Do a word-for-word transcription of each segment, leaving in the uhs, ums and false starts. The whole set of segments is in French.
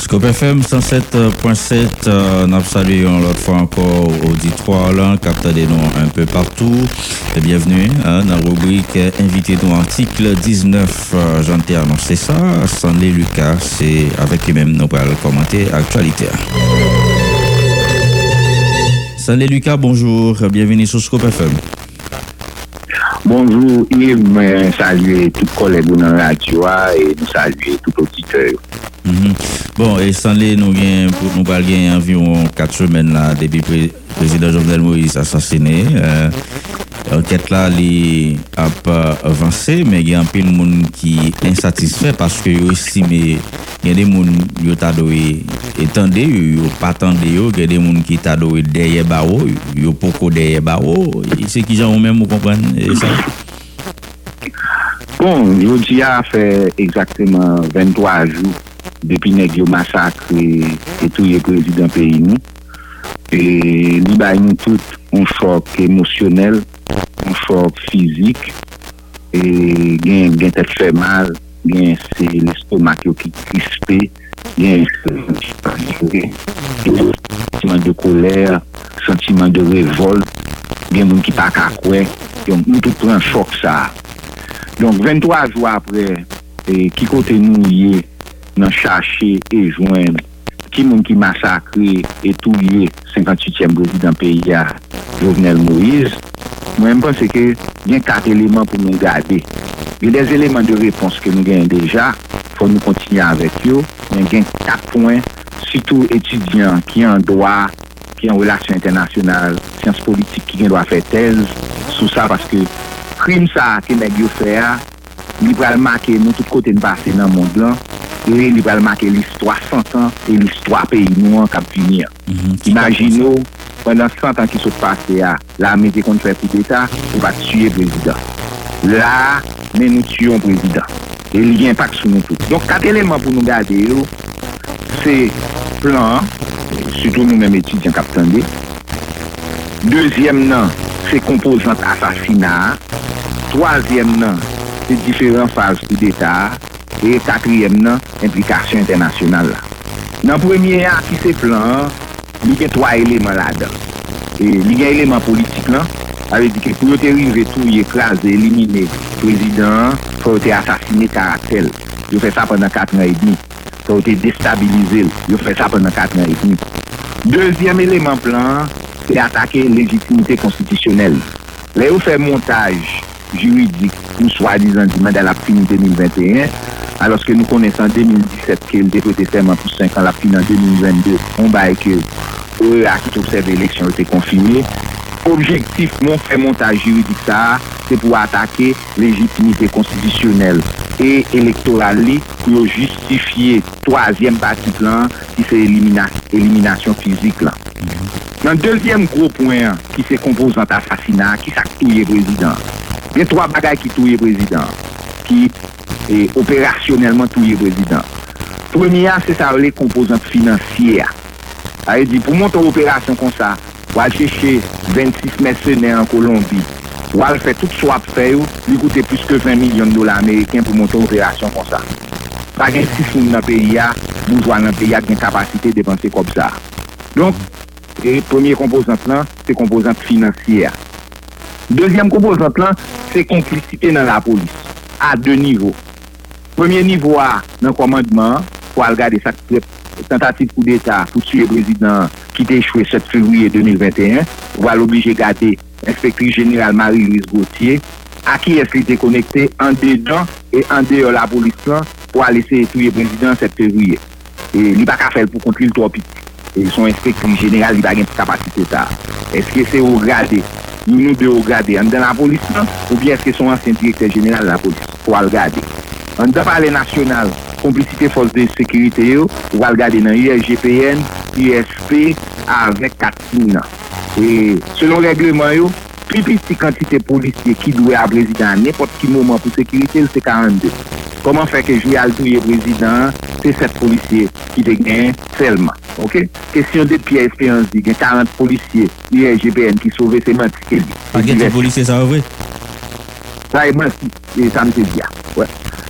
Scope F M cent sept point sept, euh, nous saluons l'autre fois encore auditoire là, capteur des noms un peu partout. Et bienvenue hein, dans la rubrique Invité nous article dix-neuf. Euh, J'en ai annoncé ça. Stanley Lucas, c'est avec lui-même nous allons commenter l'actualité. Stanley Lucas, bonjour. Bienvenue sur Scope F M. Bonjour Yves, saluer tous les collègues de la radio et nous saluer tout auditeur. Mm-hmm. Bon, et Stanley, nous avons nous parlons environ quatre semaines là, depuis que le président Jovenel Moïse assassiné. Euh, L'enquête là, elle a avancé, mais il y a un peu de monde qui est insatisfait parce que aussi, mais il y a des gens qui ont adoré étendre, ils n'ont pas attendu, il y a des gens qui ont adoré derrière barreau, ils n'ont pas derrière barreau. C'est qui j'en même, vous comprenez ça? Bon, je dis a fait exactement vingt-trois jours depuis que nous massacré et tout le président pays nous. Et nous avons tout un choc émotionnel, un choc physique, et il y a tête fait mal, il y a l'estomac qui est crispé, il y a un sentiment de colère, sentiment de révolte, il y a des gens qui ne sont pas quoi, donc nous tout un choc ça. Donc vingt-trois jours après, et qui côté nous y est, nous chercher et joindre qui moun qui massacré et tout lié cinquante-huitième président pays Jovenel Moïse, moi je pense que il y a quatre éléments pour nous garder. Il y a des éléments de réponse que nous gagnons déjà, il faut nous continuer avec eux. Il y a quatre points, surtout étudiants qui ont droit, qui ont relations internationales, sciences politiques qui doivent faire thèse sur ça parce que crime ça que nous fait, il va marquer nous tout côté de passer dans le monde là. Et il va marquer l'histoire cent ans et l'histoire pays nous qui va venir. Mm-hmm. Imaginez, pendant cent ans qui se passent, l'armée qui contre fait coup d'État, on va tuer le président. Là, mais nous tuons le président. Et il y a un impact sur nous tous. Donc, quatre éléments pour nous garder, c'est plan, surtout nous-mêmes étudiants qui attendent. Deuxième, c'est composante assassinat. Troisième, c'est différentes phases coup d'État. Et quatrième, non, implication internationale. Dans le premier, qui c'est plan, il y a trois éléments là-dedans. Et il y a un élément politique là, avec dit que pour arriver tout, écraser, éliminer le président, il faut assassiner caractère. Il fait ça pendant quatre ans et demi. Il faut déstabiliser. Il fait ça pendant quatre ans et demi. Deuxième élément plan, c'est attaquer la légitimité constitutionnelle. Là, il fait montage juridique, ou soi-disant du mandat la fin deux mille vingt et un. Alors que nous connaissons en deux mille dix-sept qu'il a déposé serment pour cinq ans, la fin en deux mille vingt-deux, on va que eux à qui observe l'élection été confirmé. Objectif, mon fait montage juridique ça, c'est pour attaquer légitimité constitutionnelle et électorale pour justifier troisième partie plan qui c'est élimination, élimination physique là. Dans le deuxième gros point qui c'est composante assassinat, qui ça touille président. Il y a trois bagages qui touillent président, qui et opérationnellement tout le président. Première, c'est ça les composantes financières. Ça dit pour monter une opération comme ça, on va chercher vingt-six mercenaires en Colombie. On va faire tout swap faire, lui coûter plus que vingt millions de dollars américains pour monter une opération comme ça. Pas de six fonds dans le pays, bourgeois dans le pays a une capacité de dépenser comme ça. Donc, le premier composante là, c'est composante financière. Deuxième composante là, c'est complicité dans la police à deux niveaux. Premier niveau dans le commandement, pour regarder sa tentative coup d'État pour tuer le président qui a échoué sept février deux mille vingt et un, on va l'obliger à garder l'inspectrice générale Marie-Louise Gauthier, à qui est-ce qu'il était connecté en dedans et en dehors de la police pour aller essayer de tuer le président sept février. Et il n'y a pas qu'à faire pour contrôler le trop petit. Et son inspectrice générale, il n'a pas de capacité ça. Est-ce que c'est au gradé, nous devons regarder dans la police ou bien est-ce que son ancien directeur général de la police pour regarder? En dans parler national, complicité force de sécurité, on va regarder dans I R G P N, I S P avec quatre lignes. Et selon le règlement, plus petite quantité de policiers qui doivent à président à n'importe quel moment pour sécurité, c'est quarante-deux. Comment faire que je vais aller le président, c'est sept policiers qui dégagnent seulement. Ok? Question de Pierre Espérance, il y a quarante policiers, I R G P N qui sauvent ses menti. Pas de policiers, ça va vrai? Ça, ça me dit. Ouais.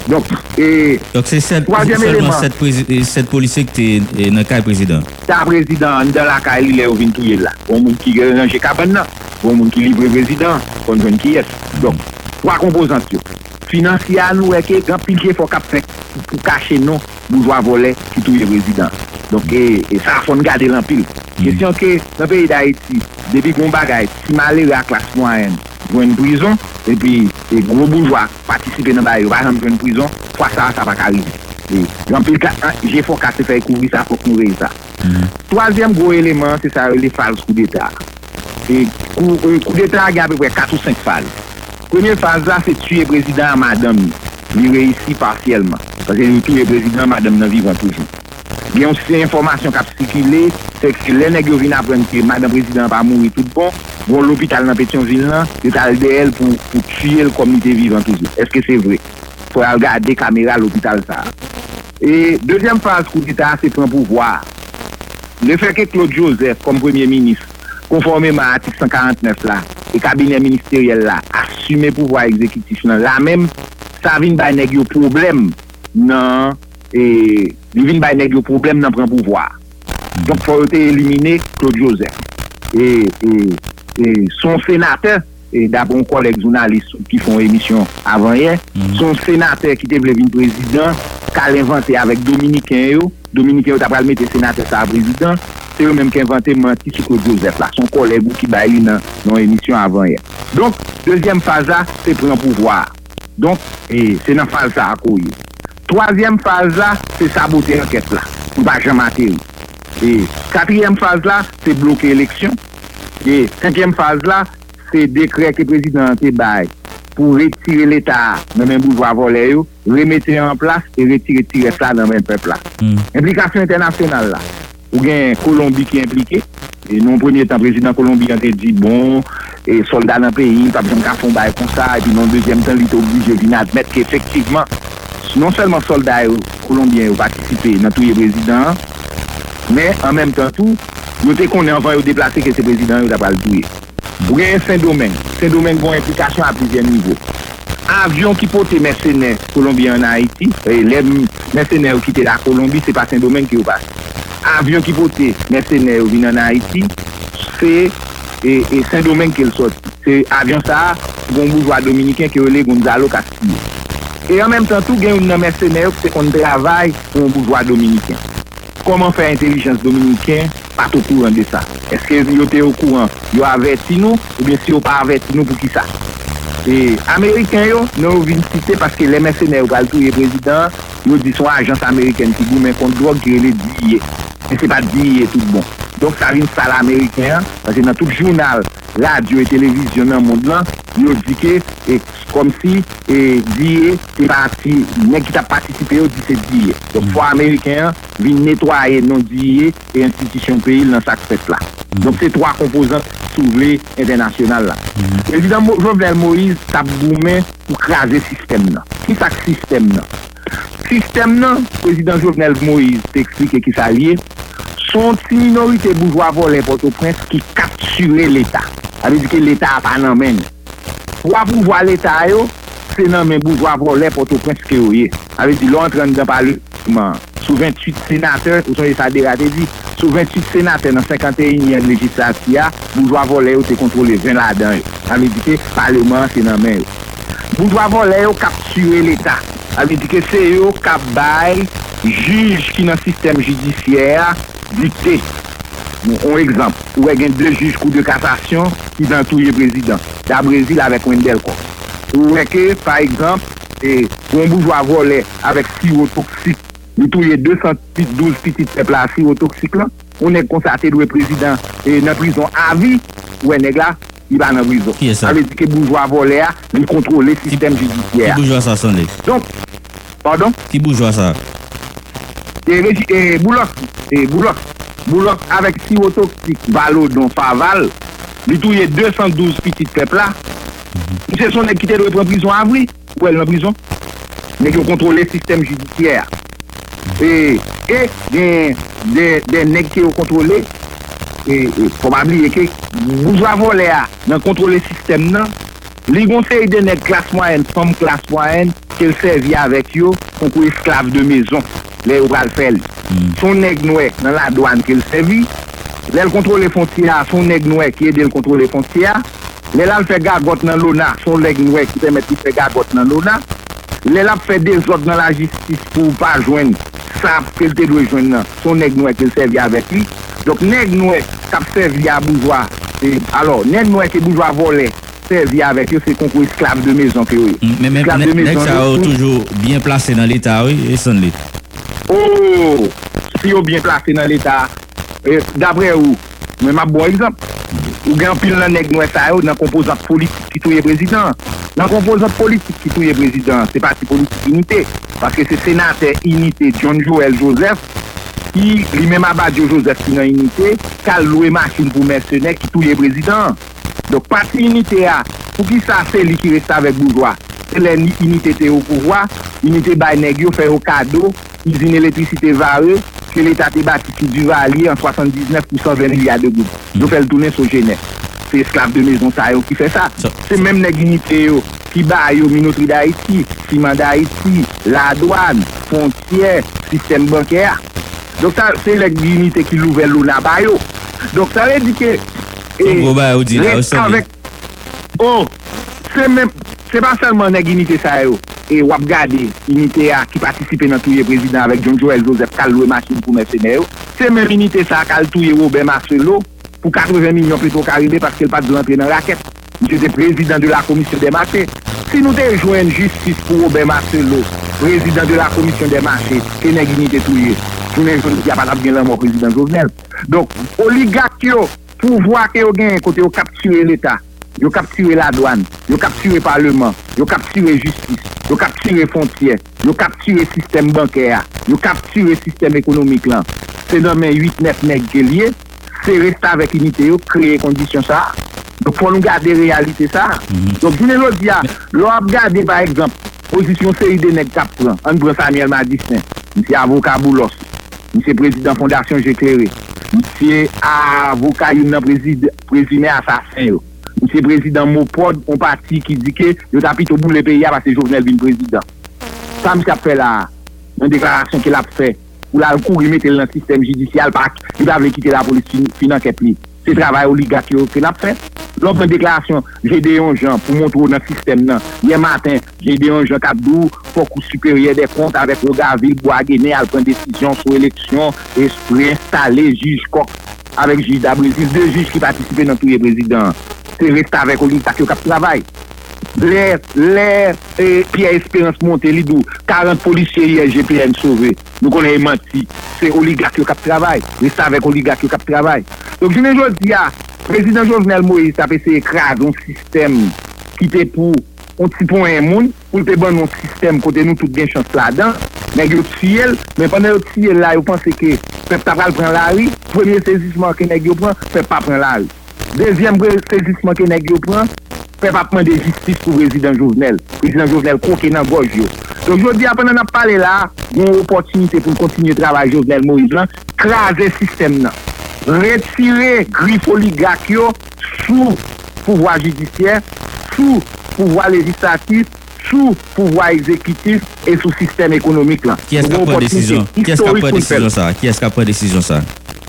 Donc, et Donc c'est sept, troisième seulement élément, sept, prési- sept policiers qui étaient dans le cas président. ta président dans la caille, il est au vintouille là. Bon monde qui est rangé cabane là. Bon monde qui libre président, qu'on joue qui est. Donc, trois composantes. Financier, nous, est que grand pile qu'il faut cap faire pour cacher non, bourgeois volés qui touille le président. Donc, et, et ça, il faut garder l'empile. Mm. Question que, dans le pays d'Haïti, depuis qu'on bagaille, si malheureux à la classe moyenne, pour une prison, et puis, les gros bourgeois participer dans le bail, par exemple, une prison, fois ça, ça va pas arriver. Et, dans le cas, j'ai faut casser faire couvrir ça, faut couvrir ça. Mm. Troisième gros élément, c'est ça, les falses coups d'État. Et, coup, coup d'État, il y a à peu près quatre ou cinq phases. Première phase là, c'est tuer le président madame. Il réussit partiellement. Parce que tuer le président madame ne vivant toujours. Il y a aussi une information qui a circulé, c'est que les nègres viennent apprendre que madame président va mourir tout bon. Bon, l'hôpital dans Pétionville, il a d'elle pour, pour tuer le comité vivant toujours. Est-ce que c'est vrai? Il faut regarder caméra à l'hôpital ça. Et deuxième phase coup d'État, c'est prendre pouvoir. Le fait que Claude Joseph, comme premier ministre, conformément à l'article cent quarante-neuf là, le cabinet ministériel là, assumer pouvoir exécutif là, là même, ça vient de nèg yo problème, non, et, il vient de nèg yo problème dans prendre pouvoir. Donc, il faut éliminer Claude Joseph. Et, et, et son sénateur, et d'après un collègue journaliste qui font émission avant hier, mm-hmm. son sénateur qui était devenu président, qu'a inventé avec Dominicain, Dominicain, tu as mettre sénateur ça président, c'est eux-mêmes qui ont inventé menti sur Claude Joseph, là, son collègue qui a eu dans l'émission avant hier. Donc, deuxième phase là, c'est prendre pouvoir. Donc, et c'est dans la phase là à courir. Troisième phase là, c'est saboter l'enquête là, pour pas jamais atterrir. Et quatrième phase là, c'est bloquer l'élection. Et cinquième phase là, c'est décret que le président a bail pour retirer l'État dans le bourgeois volé, remettre en place et retirer tirer ça dans le même peuple là. Mm. Implication internationale là. Ou bien Colombie qui est impliquée. Et non premier temps, président colombien a dit bon, et soldats dans le pays, pas besoin de faire un bail comme ça. Et puis non deuxième temps, il est obligé de venir admettre qu'effectivement, non seulement soldats colombiens ont participé dans tous les présidents, mais en même temps tout, nous te qu'on est enfin déplacé que ces présidents n'ont pas le doué. Ou bien Saint-Domingue. Saint-Domingue a une implication à plusieurs niveaux. Avion qui porte mercenaires colombiens en Haïti, et les mercenaires qui étaient la Colombie, c'est pas Saint-Domingue qui est passé. Avion qui porte mercenaires en Haïti, c'est et, et Saint-Domingue qui est le sorti. C'est avion ça, bon bourgeois dominicain qui est le Gonzalo Castillo. Et en même temps, tout gagne un mercenaire c'est qu'on travaille pour un bourgeois dominicain. Comment faire intelligence dominicaine? Pas au courant de ça. Est-ce que vous êtes au courant? Vous avez averti nous ou bien si vous pas averti nous pour qui ça? Et Américains, nous venons citer parce que les mercenaires, tous les présidents, ils disent sont agence américaine qui vous met contre drogue qui est les D I A. Mais ce n'est pas D I A tout bon. Donc ça vient de ça l'américain, parce que dans tout journal, radio et télévision dans le monde là, ils ont dit que c'est comme si et D I A c'est parti, mais qui a participé au dit c'est D I A. Donc il faut américain vient nettoyer non D I A et institution pays dans sa fête là. Donc c'est trois composantes soulevées internationales là. Le président Jovenel Moïse t'a boumé pour craser le système là. Qui ça le système là? Système là, le président Jovenel Moïse t'explique qui ça lié. Sont une minorité bourgeois volés Port-au-Prince qui capturait l'État. Ça veut dire que l'État n'a pas nommé. Pour pouvoir l'État, c'est nommé bourgeois volés Port-au-Prince qui est. Ça veut dire l'on train de parler sous vingt-huit sénateurs, ou sont les sadéras dit, sous vingt-huit sénateurs dans cinquante et unième législature, bourgeois volés ont contrôlé vingt là-dedans. Ça veut dire que le Parlement c'est nommé. Bourgeois volés ont capturé l'État. Ça veut dire que c'est eux qui baillent juges qui dans le système judiciaire dicté. Un exemple, où il y a deux juges cours de cassation qui sont tous les présidents. La Brésil avec Wendelco. Ou que, par exemple, et, un bourgeois volé avec sirop toxique, il tous les deux cent douze petites peuples à sirop toxique là, on est constaté le président et dans la prison à vie, ou un là, il va dans la prison. Qui est ça? Ça veut dire que bourgeois volé, il contrôle le système qui, judiciaire. Qui bourgeois ça, Sandé? Donc, pardon? Qui bourgeois ça? Et, et Bouloc, et Bouloc, Bouloc avec sirop toxique, Valodon, Faval, il tout y a deux cent douze petites peuples là. Mm-hmm. C'est son équité de prendre prison à vie, ou elle en prison, mais qui contrôle le système judiciaire. Et, et des, des, des nègres qui ont contrôlé, et, et probablement que bourgeois volé dans contrôler le système, non, Les conseils de nègres classe moyenne, femmes classe moyenne, qu'elle servit avec eux, comme esclaves de maison, les ouvriers fait. Son nègre noir dans la douane qu'elle servit, les contrôle les frontières, son nègre noir qui aide le contrôle les frontières, les là fait gagotte dans l'O N A, son nègre noir qui permet de faire gagotte dans l'O N A, les là fait des ordres dans la justice pour pas joindre ça qu'elle te doit joindre, son nègre noir qu'elle servit avec lui. Donc nègre noir qui servi à bourgeois, alors nègre noir qui bourgeois volé, servi avec eux, c'est concours esclave de maison que oui. Mais même nègre ça a toujours bien placé dans l'État, oui, et sans l'État. Oh, si vous bien placé dans l'État, d'après vous, mais ma bon exemple, ou bien pile dans nègre noir ça dans composant politique qui touille président. Dans composant politique qui touille président, c'est parti politique unité, parce que c'est sénateur unité John Joel Joseph qui lui-même abat Joseph qui dans unité, qui a loué machine pour mercenaires qui touille président. Donc parti unité a, pour qui ça c'est lui qui reste avec bourgeois. C'est l'unité au pouvoir, unité by nègre fait au cadeau, usine électricité vareux, que l'État a bâti sur du Valier en soixante-dix-neuf pour cent vingt milliards de gouttes. Nous faisons le tourner sur Genève. C'est esclave de maison ça qui fait ça. C'est même les unités qui baillent aux minoteries d'Haïti, ciment d'Haïti, la douane, frontière, système bancaire. Donc ça, c'est les unités qui l'ouvrent l'eau là-bas. Donc ça veut dire que... Et, avec, oh, c'est même... C'est pas seulement les unités ça et ou regarder unité qui participe dans tout le président avec John Joel Joseph Calou et machine pour mercenaires. C'est même unité ça qui a touye Robert Marcelo pour quatre-vingts millions plutôt qu'arriver parce qu'il pas de l'entrée dans la raquette. Il était président de la commission des marchés. Si nous te joignons justice pour Robert Marcelo, président de la commission des marchés, c'est une unité touye. Tout le monde qui a pas bien le président Jovenel. Donc, oligarque pour voir que vous gagnez côté au capturer l'État. Ils ont capturé la douane, ils ont capturé le Parlement, ils ont capturé la justice, ils ont capturé les frontières, ils ont capturé le système bancaire, ils ont capturé le système économique. Là. C'est dans mes huit neuf nègres liés, c'est rester avec unité, créer conditions ça. Donc, il faut nous garder la réalité ça. Mm-hmm. Donc, je ne dis pas, l'on a regardé par exemple, position série de nègres cap prend, on prend Samuel Madistin, monsieur avocat Boulos, monsieur président Fondation J'éclairé, monsieur avocat une présumé assassin. Monsieur le président Mopod, un parti qui dit que il a plutôt boule le pays parce que Jovenel vient président. Ça, monsieur a fait là, une déclaration qu'il a fait, pour la cour, il mettre dans le système judiciaire, parce qu'il avait quitté la police finance et puis. C'est le travail oligarque qu'il a fait. L'autre déclaration, j'ai des gens pour montrer dans le système. Hier matin, j'ai des gens qui ont pour le supérieur des comptes avec Rogerville, Bois-Guéné, à prendre décision sur l'élection et pour installer juge Cox avec juge d'Abrésil, deux juges qui participaient dans tous les présidents. C'est rester avec Oligarque qui travaille. Les, les, et Pierre Espérance Montelidou, quarante policiers hier, G P N sauvés. Nous connaissons menti. C'est Oligarque qui travaille. Rester avec Oligarque qui travaille. Donc, je ne veux dire, le président Jovenel Moïse a essayé d'écraser un système qui était pour un petit point un monde, pour te donner un système côté nous toute bien chance là-dedans. Mais il y a mais pendant que vous là, vous pensez que le peuple va prendre la rue. Premier saisissement que vous prend, le peuple va prendre la rue. Deuxième saisissement que vous prend, le peuple va prendre de justice pour le président Jovenel. Le président Jovenel croqué dans le gorge. Donc je dis, pendant qu'on a parlé là, il y a une opportunité pour continuer de travailler Jovenel Moïse là, craser le système là. Retirer griffe oligarque sous pouvoir judiciaire, sous pouvoir législatif, sous pouvoir exécutif et sous système économique là. Qui est-ce qui a pris décision? Qui est-ce qui a pris décision ça? Qui est-ce qui a pris décision ça?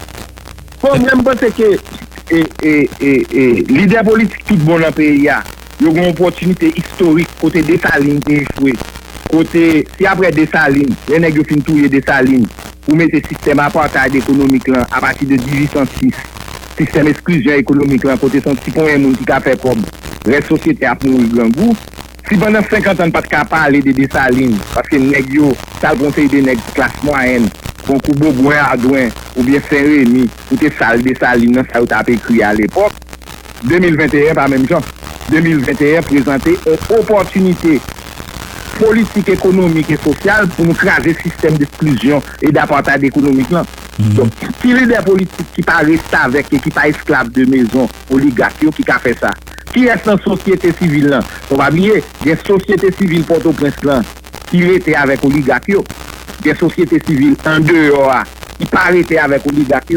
Bon, même pas c'est que et et et et leader politique tout bon dans le pays là, il y a une opportunité historique côté Dessalines qui échoué. Côté si après Dessalines, les nègres fin touyer Dessalines. Pour mettre le système apartheid économique là, à partir de dix-huit cent six, système exclusion économique là, côté son petit point monde qui a fait comme la société a pour grand goût. Si pendant cinquante ans, pas de parler de Dessalines, parce que les nègres, ça le conseil des nègres classe moyenne, pour Koubo Bouin Adouin, ou bien Saint-Rémy, ou tes salles Dessalines, ça a été écrit à l'époque. deux mille vingt et un, pas même genre. deux mille vingt et un, présenter une opportunité politique, économique et sociale pour nous craser le système d'exclusion et d'apartheid économique là. Mm-hmm. Donc, qui est des politiques qui pas rester avec et qui pas esclaves de maison, oligarques qui a fait ça? Qui est dans la société civile là? On va oublier, des sociétés civiles Port-au-Prince là, qui étaient avec oligarques, des sociétés civiles en dehors, qui pas étaient avec oligarques.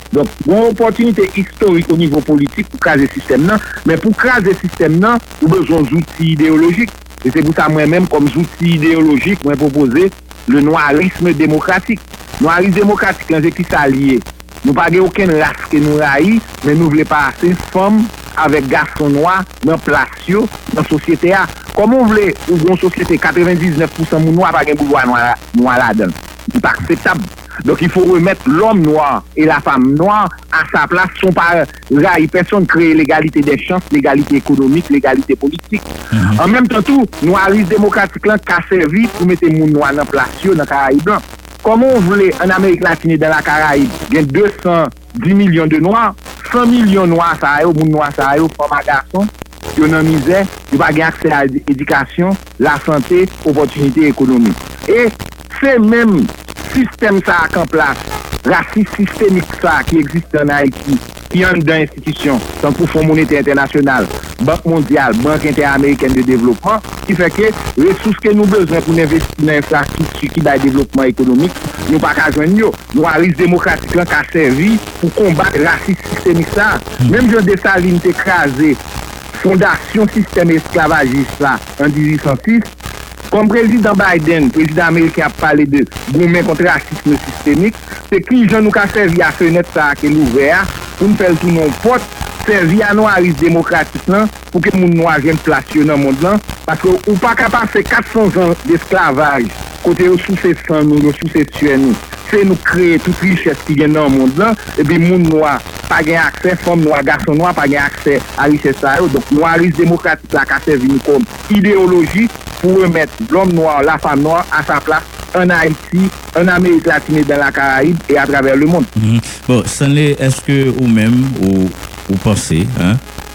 Donc, une opportunité historique au niveau politique pour craser le système, non, mais pour craser le système, non, nous avons besoin d'outils idéologiques. Et c'est pour ça moi-même, comme outil idéologique, moi proposer le noirisme démocratique. Noirisme démocratique, c'est qui s'allie. Nous n'avons pas aucune race que nous haïs, mais nous ne voulons pas assez femmes avec garçons noirs dans la place, dans la société. Comme on voulait, ou une société, quatre-vingt-dix-neuf pour cent de noirs pas de bourgeois noir là-dedans. C'est pas acceptable. Donc il faut remettre l'homme noir et la femme noire à sa place. Son par là, personne crée l'égalité des chances, l'égalité économique, l'égalité politique. Mm-hmm. En même temps, tout, noirisme démocratique là, qui a servi pour mettre les gens noirs dans la place, dans la Caraïbe blanc. Comme on voulait en Amérique latine et dans la Caraïbe, il y a deux cent dix millions de noirs, cent millions de noirs, ça a eu, moun noirs, ça a eu, femmes et garçons, qui ont en misère, qui n'ont pas accès à l'éducation, la santé, opportunités économiques. Et c'est même système ça en place, racisme systémique ça qui existe en Haïti, qui est dans l'institution, tant pour Fonds monétaire international, Banque mondiale, Banque interaméricaine de développement, qui fait que les ressources que nous avons besoin pour investir dans l'infrastructure qui va le développement économique, nous ne pouvons pas joindre. Nous avons risque démocratique qui a servi pour combattre le racisme systémique ça. Même Jean Dessalines a écrasé fondation système esclavagiste là en dix-huit cent six. Comme président Biden, président américain a parlé de gourmet contre le racisme systémique, c'est qui Jean nous a servi à fenêtre ça qui est ouvert pour nous faire tout nos potes, servi à noirisme démocratique là, pour que les noirs viennent placer dans le monde là, parce que ou pas capable de faire quatre cents ans d'esclavage, côté sous ces sang nous, sous ces tuer nous. C'est nous créer toute richesse qui vient dans le monde là, et puis les gens noirs pas accès, femmes noires, garçons noirs pas accès à la richesse ça. Donc noirisme démocratique là qui a servi comme idéologie pour remettre l'homme noir, la femme noire à sa place en Haïti, en Amérique latine et dans la Caraïbe et à travers le monde. Mm-hmm. Bon, Stanley, est-ce que vous-même, vous, vous pensez, hein,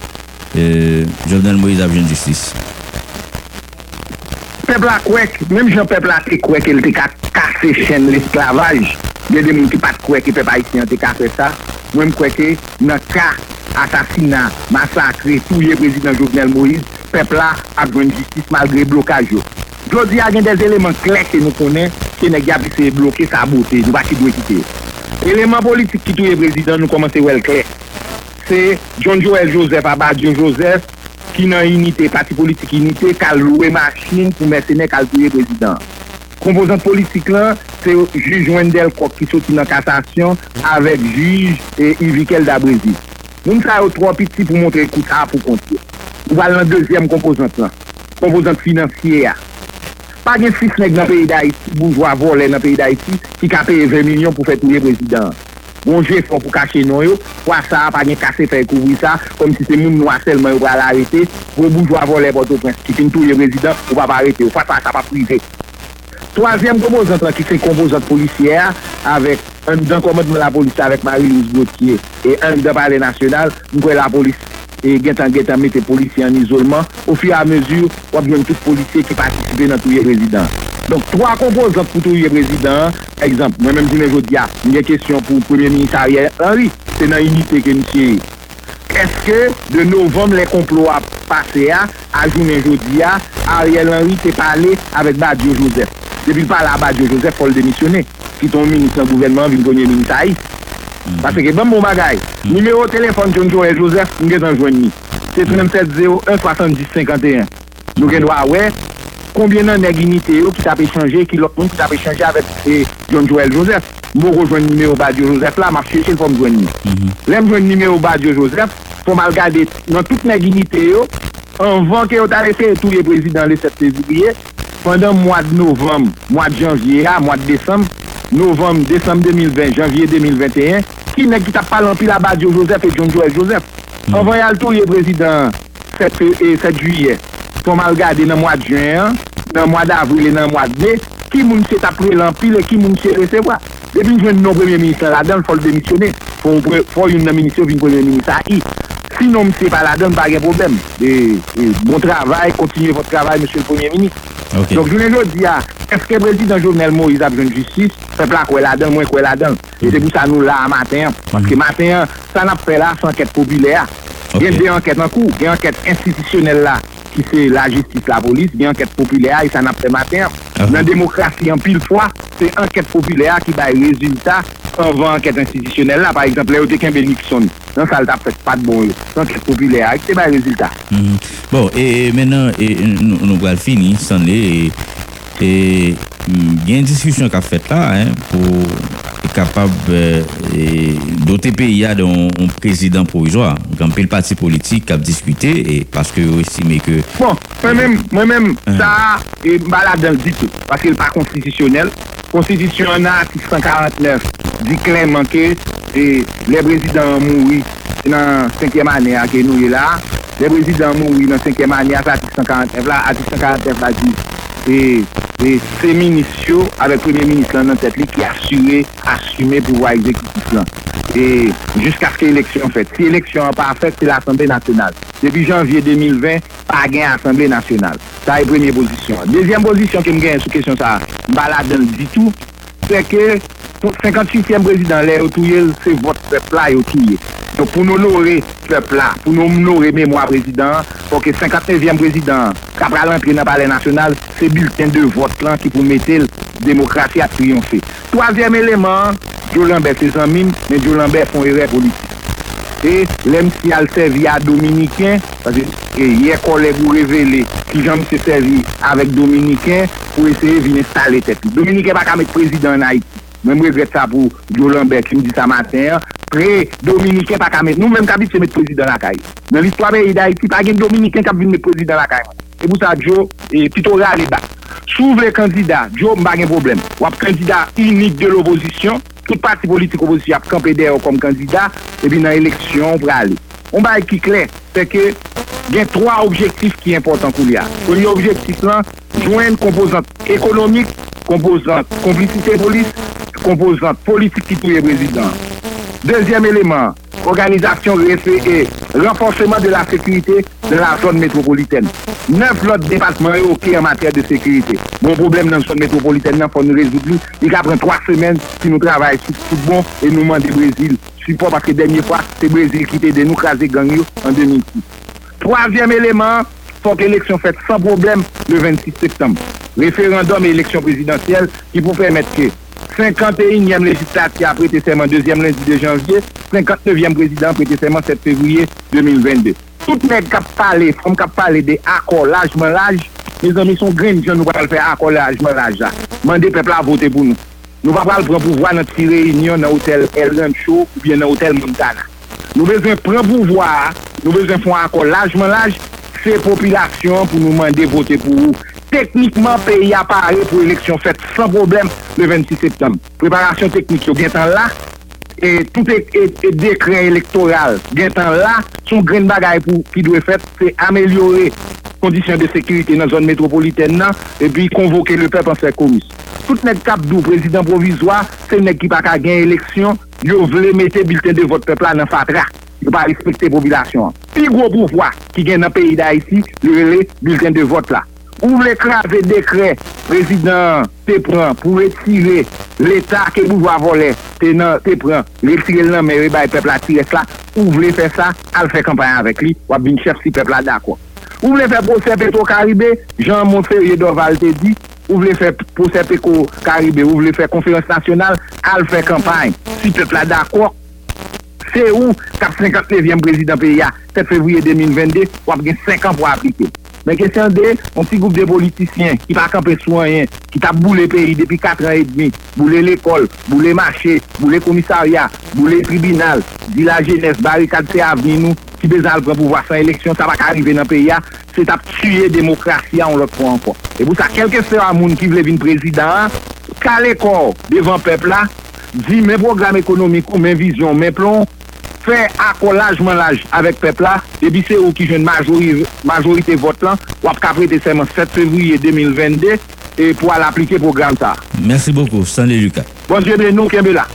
euh, Jovenel Moïse a besoin de justice? Peuple a quoi, même Jean Peuple a quoi qu'il a cassé chaîne l'esclavage, il y a des gens qui ne pas quoi que peuple haïtien a cassé ça, moi je crois que dans le cas assassinat, massacre, tout le président Jovenel Moïse, peuple là a besoin de justice malgré le blocage. Je dis qu'il y a des éléments clairs que nous connaissons, qui n'est pas bloqué, ça a beauté, nous ne pouvons pas quitter. L'élément politique qui est le président, nous commençons à le clair. C'est John Joel Joseph, Abadio Joseph, qui n'a unité, parti politique unité, qui a loué machine pour mercenaires qui a tué le président. Composante politique là, c'est le juge Wendell Koch qui sortit dans la cassation avec le juge et Yvikel Dabrezi. Nous avons trois petits pour montrer coup ça pour compter. Nous allons dans la deuxième composante là, composante financière. Pas de six nègres dans le pays d'Haïti, bourgeois volés dans le pays d'Haïti, qui a payé vingt millions pour faire tout le président. Bon, j'ai fait pour cacher nous, pour ça, pas de casser faire couvrir ça, comme si c'est moun noir seulement pour l'arrêter, pour bourgeois volés pour tout qui finit tout le président, on va pas arrêter, on va pas ça pas privé. Troisième composante qui c'est composante policière, avec un d'un commandement de la police avec Marie-Louise Gauthier et un de palais national, nous la police et Gétan Gétan mettre les policiers en isolement. Au fur et à mesure, on a besoin de tout policier qui participe dans tous les résidents. Donc, trois composantes pour tous les résidents. Exemple, moi-même, je me dis, il y a une question pour le Premier ministre Ariel Henry. C'est dans l'unité que nous sommes. Est-ce que de novembre, les complots à passer à journée jeudi, Ariel Henry s'est parlé avec Badio Joseph. Depuis le parler à Badio Joseph, il faut le démissionner. Qui ton ministre du gouvernement, le Premier ministre Haïti. Parce que bon, mon bagage, numéro de téléphone John Joel Joseph, nous avons joindre. C'est trente sept zéro un soixante-dix cinquante et un. Nous avons ouais, combien de négligité qui t'a échangé, qui l'autre monde qui t'a échangé avec John Joel Joseph. Nous rejoindre le numéro Badio Joseph là, je cherche pour me joindre. L'aime joindre le numéro Badio Joseph, pour mal regarder dans toute négligité, avant que vous arrêté tous les présidents le sept février, pendant le mois de novembre, mois de janvier, mois de décembre, novembre, décembre deux mille vingt, janvier deux mille vingt et un, qui n'est qui t'a pas l'empile à Badio Joseph et John Joel Joseph. Mm. Envoyé le tour, le président sept juillet, pour mal regarder dans le mois de juin, dans le mois d'avril et dans le mois de mai, qui moun s'est appelé l'empile et qui moun s'est recevoir. Depuis que nos premiers ministres là-dedans, il faut le démissionner. Il faut une ministre du premier ministre. Sinon, ce n'est pas là-dedans, pas de problème. Et, et bon travail, continuez votre travail, monsieur le Premier ministre. Okay. Donc, je ne veux dire, est-ce que le président Jovenel Moïse a besoin de justice? C'est là quoi là-dedans, moi quoi là-dedans. Et c'est pour ça nous là matin. Parce que matin, ça n'a pas fait là sans enquête populaire. Okay. Il y a des enquêtes en cours, il y a une enquête institutionnelle là, qui c'est la justice, la police, il y a une enquête populaire, et ça n'a pas fait matin. Uh-huh. Dans la démocratie, en pile fois, c'est enquête populaire qui va résultat avant enquête institutionnelle là, par exemple, les Otekin Nixon, dans ça, ça fait pas de bon, l'enquête populaire, c'est pas le résultat. Mm. Bon, et maintenant, et, nous, nous allons finir, sans les, et il y a une discussion qu'a faite là, hein, pour être capable euh, doter pays à un président provisoire. Quand le parti politique a discuté, et parce que vous estimez que. Bon, moi-même, moi-même, hein. Ça, est malade dans le dit tout, parce qu'il n'est pas constitutionnel. Constitution en article cent quarante-neuf dit clairement que et, les présidents mourent dans la cinquième année que nous sommes là. Les présidents mourent dans la cinquième année à l'article cent quarante-neuf là. L'article cent quarante-neuf là dit et, et c'est ministre avec le premier ministre dans cette ligne qui a assuré, assumé pouvoir exécutif là. Et jusqu'à ce que l'élection faite. Si l'élection n'est pas faite, c'est l'Assemblée nationale. Depuis janvier deux mille vingt, pas gain Assemblée nationale. Ça est première position. Deuxième position que je gagne sur question ça, balade du tout, c'est que cinquante-huitième président, c'est votre peuple là, donc pour nous honorer le peuple là, pour nous honorer mémoire président, pour que cinquante-neuvième président, qui a l'entrée dans le palais national, c'est bulletin de vote là qui pour mettre la démocratie à triompher. Troisième élément, Joe Lambert, c'est son mime, mais Joe Lambert font erreur politique. Et l'M C a servi à Dominicain, parce que hier, collègue vous révélé qui j'aime se servir avec Dominicain pour essayer de venir installer tête. Dominicain n'a pas mettre président en Haïti. Même je regrette ça pour Joe Lambert qui me dit ça matin. Pré Dominicain pas mettre. Nous même qui mettre président la caille. Dans l'histoire d'Haïti, pas de Dominicain qui venir mettre président la caille. C'est pour ça Joe est plutôt rare les bas. S'ouvre les candidats, Joe n'a pas de problème. Ou un candidat unique de l'opposition. Tout parti politique opposition a campé derrière comme candidat, et puis dans l'élection pour aller. On va être clair, c'est que il y a trois objectifs qui sont importants pour lui. Le premier objectif là, joindre composante économique, composante complicité police, composante politique qui est président. Deuxième élément, organisation et renforcement de la sécurité de la zone métropolitaine. Neuf autres départements OK en matière de sécurité. Bon problème dans la zone métropolitaine, il faut nous résoudre. Il y a trois semaines si nous travaillons sur tout bon et nous demandons au Brésil. Support parce que la dernière fois, c'est le Brésil qui était de nous craser gang en deux mille six. Troisième élément, il faut que l'élection faite sans problème le vingt-six septembre. Référendum et élection présidentielle qui pour permettre que cinquante et unième législature a prêté serment deuxième lundi de janvier, cinquante-neuvième président a prêté serment sept février deux mille vingt-deux. Tout les gens qui parlent, qui parlent des accords l'âge-melage, mes amis sont grands, nous allons faire accord l'âge-melage. Mandez le peuple à voter pour nous. Nous ne pouvons pas prendre pouvoir dans notre réunion dans l'hôtel El Rancho ou bien dans l'hôtel Montana. Nous devons prendre pouvoir, nous devons faire un accord l'âge-melage, c'est population pour nous demander de voter pour vous. Techniquement, le pays apparaît pour l'élection faite sans problème le vingt-six septembre. Préparation technique, bien temps là, et tout est, est, est décret électoral, bien temps là, son grain de bagaille pour qui doit faire, c'est améliorer les conditions de sécurité dans la zone métropolitaine et puis convoquer le peuple en faire commis. Tout net cap du président provisoire, c'est une équipe qui a gagné l'élection, ils veulent mettre le bulletin de vote peuple dans Fatra. Ils ne pas respecter la population. Plus gros pouvoir qui gagne dans le pays d'Haïti, le bulletin de vote là. Ou voulez écraser décret président te prend pour retirer l'État que vous voulez voler, te prend, retirer le nom et le peuple à tirer ça, ou voulez faire ça, à faire campagne avec lui, ou à bien chef si peuple là d'accord. Ou voulez faire procès Petro-Caribé, Jean Montferrier d'Orval te dit, ou voulez faire procès Petro-Caribé, ou voulez faire conférence nationale, à faire campagne, si peuple là d'accord. C'est où, cinquante-neuvième président pays, sept février deux mille vingt-deux, ou a bien cinq ans pour appliquer. Mais question de, un petit groupe de politiciens qui ne campent pas rien, qui t'a boulé le pays depuis quatre ans et demi, boulé l'école, boulé le marché, boulé le commissariat, boulé le tribunal, dit la jeunesse, barricade c'est avenir nous, qui besoin de pouvoir sans élection, ça va arriver dans le pays, c'est à tuer la démocratie en l'autre fois encore. Et pour ça, quel que soit le monde qui veut venir président, calé corps devant le peuple là, dit mes programmes économiques ou mes visions, mes plans, fait accolage manage avec peuple là et puis c'est où qui jeune majorité majorité vote là ou après prêter serment sept février deux mille vingt-deux et pour l'appliquer programme ça. Merci beaucoup, Stanley Lucas. Bon Dieu, nous qui là.